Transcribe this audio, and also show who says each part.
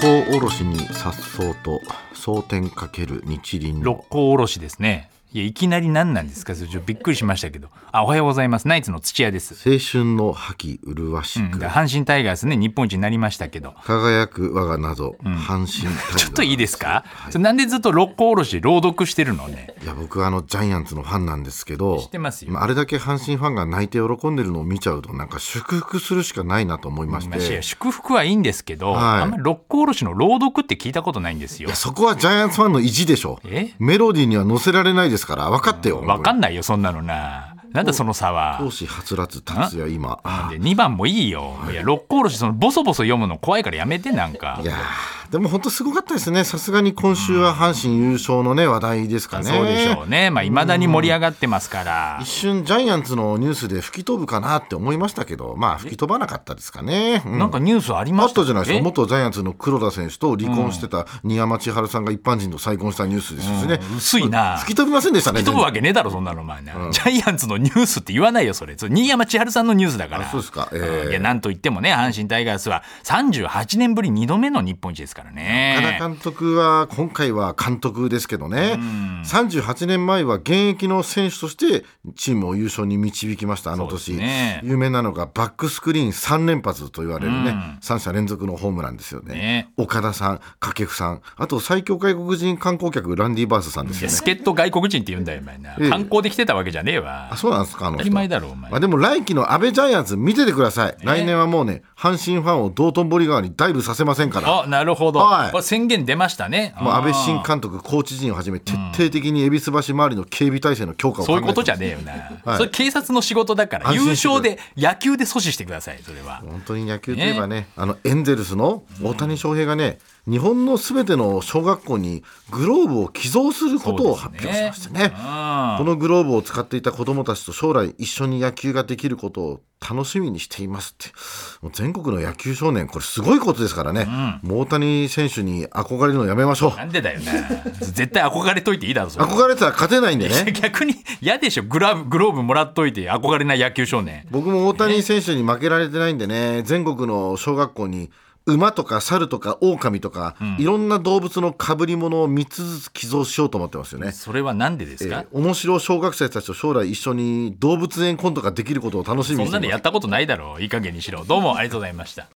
Speaker 1: 甲おろしに颯爽と蒼天かける日輪の
Speaker 2: 六甲おろしですね。いや、いきなり何なんですか。それちょっとびっくりしましたけど。おはようございます。ナイツの土屋です。
Speaker 1: 青春の覇気麗しく、
Speaker 2: 阪神タイガースね、日本一になりましたけど、
Speaker 1: 輝く我が謎、阪神タイガース。
Speaker 2: ちょっといいですか、それなんでずっと六甲おろし朗読してるのね。
Speaker 1: いや、僕はジャイアンツのファンなんですけど、
Speaker 2: 知ってますよ。
Speaker 1: あれだけ阪神ファンが泣いて喜んでるのを見ちゃうと、なんか祝福するしかないなと思いまして、
Speaker 2: いや祝福はいいんですけど、
Speaker 1: はい、
Speaker 2: あんまり六甲おろしの朗読って聞いたことないんですよ。
Speaker 1: いや、そこはジャイアンツファンの意地でしょ。メロディーには乗せられないですから、分かってよ。
Speaker 2: 分かんないよそんなのな。なんだその差は。
Speaker 1: 闘志はつらつ達也今
Speaker 2: で2番もいいよ。いや、六甲おろしそのボソボソ読むの怖いからやめて。なんか
Speaker 1: いやでも本当すごかったですね。さすがに今週は阪神優勝のね話題ですかね。
Speaker 2: そうでしょうね。まあ未だに盛り上がってますから、
Speaker 1: 一瞬ジャイアンツのニュースで吹き飛ぶかなって思いましたけど、まあ吹き飛ばなかったですかね。
Speaker 2: なんかニュースありました。
Speaker 1: あったじゃないですか。元ジャイアンツの黒田選手と離婚してた新山千春さんが一般人と再婚したニュースですしね。
Speaker 2: 薄いな。
Speaker 1: 吹き飛びませんでしたね。
Speaker 2: 吹き飛ぶわけねえだろそんなの。お前な、ジャイアンツのニュースって言わないよそれ。新山千春さんのニュースだから。
Speaker 1: そうですか。
Speaker 2: いや、なんといってもね、阪神タイガースは38年ぶり2度目の日本一ですからね。
Speaker 1: 岡田監督は今回は監督ですけどね、38年前は現役の選手としてチームを優勝に導きました。あの年、有名なのがバックスクリーン3連発と言われるね、3者連続のホームランですよね。岡田さん、掛布さん、あと最強外国人観光客ランディバースさんですよね。
Speaker 2: 助っ人外国人って言うんだよお前な。観光で来てたわけじゃねえわ。
Speaker 1: そうなんですか。
Speaker 2: 当たり前だろお前。
Speaker 1: でも来季の安倍ジャイアンツ見ててください。来年はもうね、阪神ファンを道頓堀川にダイブさせませんから。
Speaker 2: なるほど、これ宣言出ましたね。
Speaker 1: もう安倍新監督、コーチ陣をはじめ徹底的に恵比寿橋周りの警備体制の強化を考えて、
Speaker 2: そういうことじゃねえよな、それ警察の仕事だから。優勝で野球で阻止してください。それは
Speaker 1: 本当に野球といえばね、エンゼルスの大谷翔平がね、日本のすべての小学校にグローブを寄贈することを発表しましたね。このグローブを使っていた子どもたちと将来一緒に野球ができることを楽しみにしていますって。もう全国の野球少年、これすごいことですからね、もう大谷選手に憧れるのやめましょう。
Speaker 2: なんでだよな絶対憧れといていいだろそれ。
Speaker 1: 憧れたら勝てないんでね。
Speaker 2: 逆に嫌でしょ。グローブもらっといて憧れない野球少年。
Speaker 1: 僕も大谷選手に負けられてないんでね、全国の小学校に馬とか猿とか狼とか、いろんな動物の被り物を3つずつ寄贈しようと思ってますよね。
Speaker 2: それはなんでですか。
Speaker 1: 面白小学生たちと将来一緒に動物園コントができることを楽しみにしています。
Speaker 2: そんなのやったことないだろう。いい加減にしろ。どうもありがとうございました。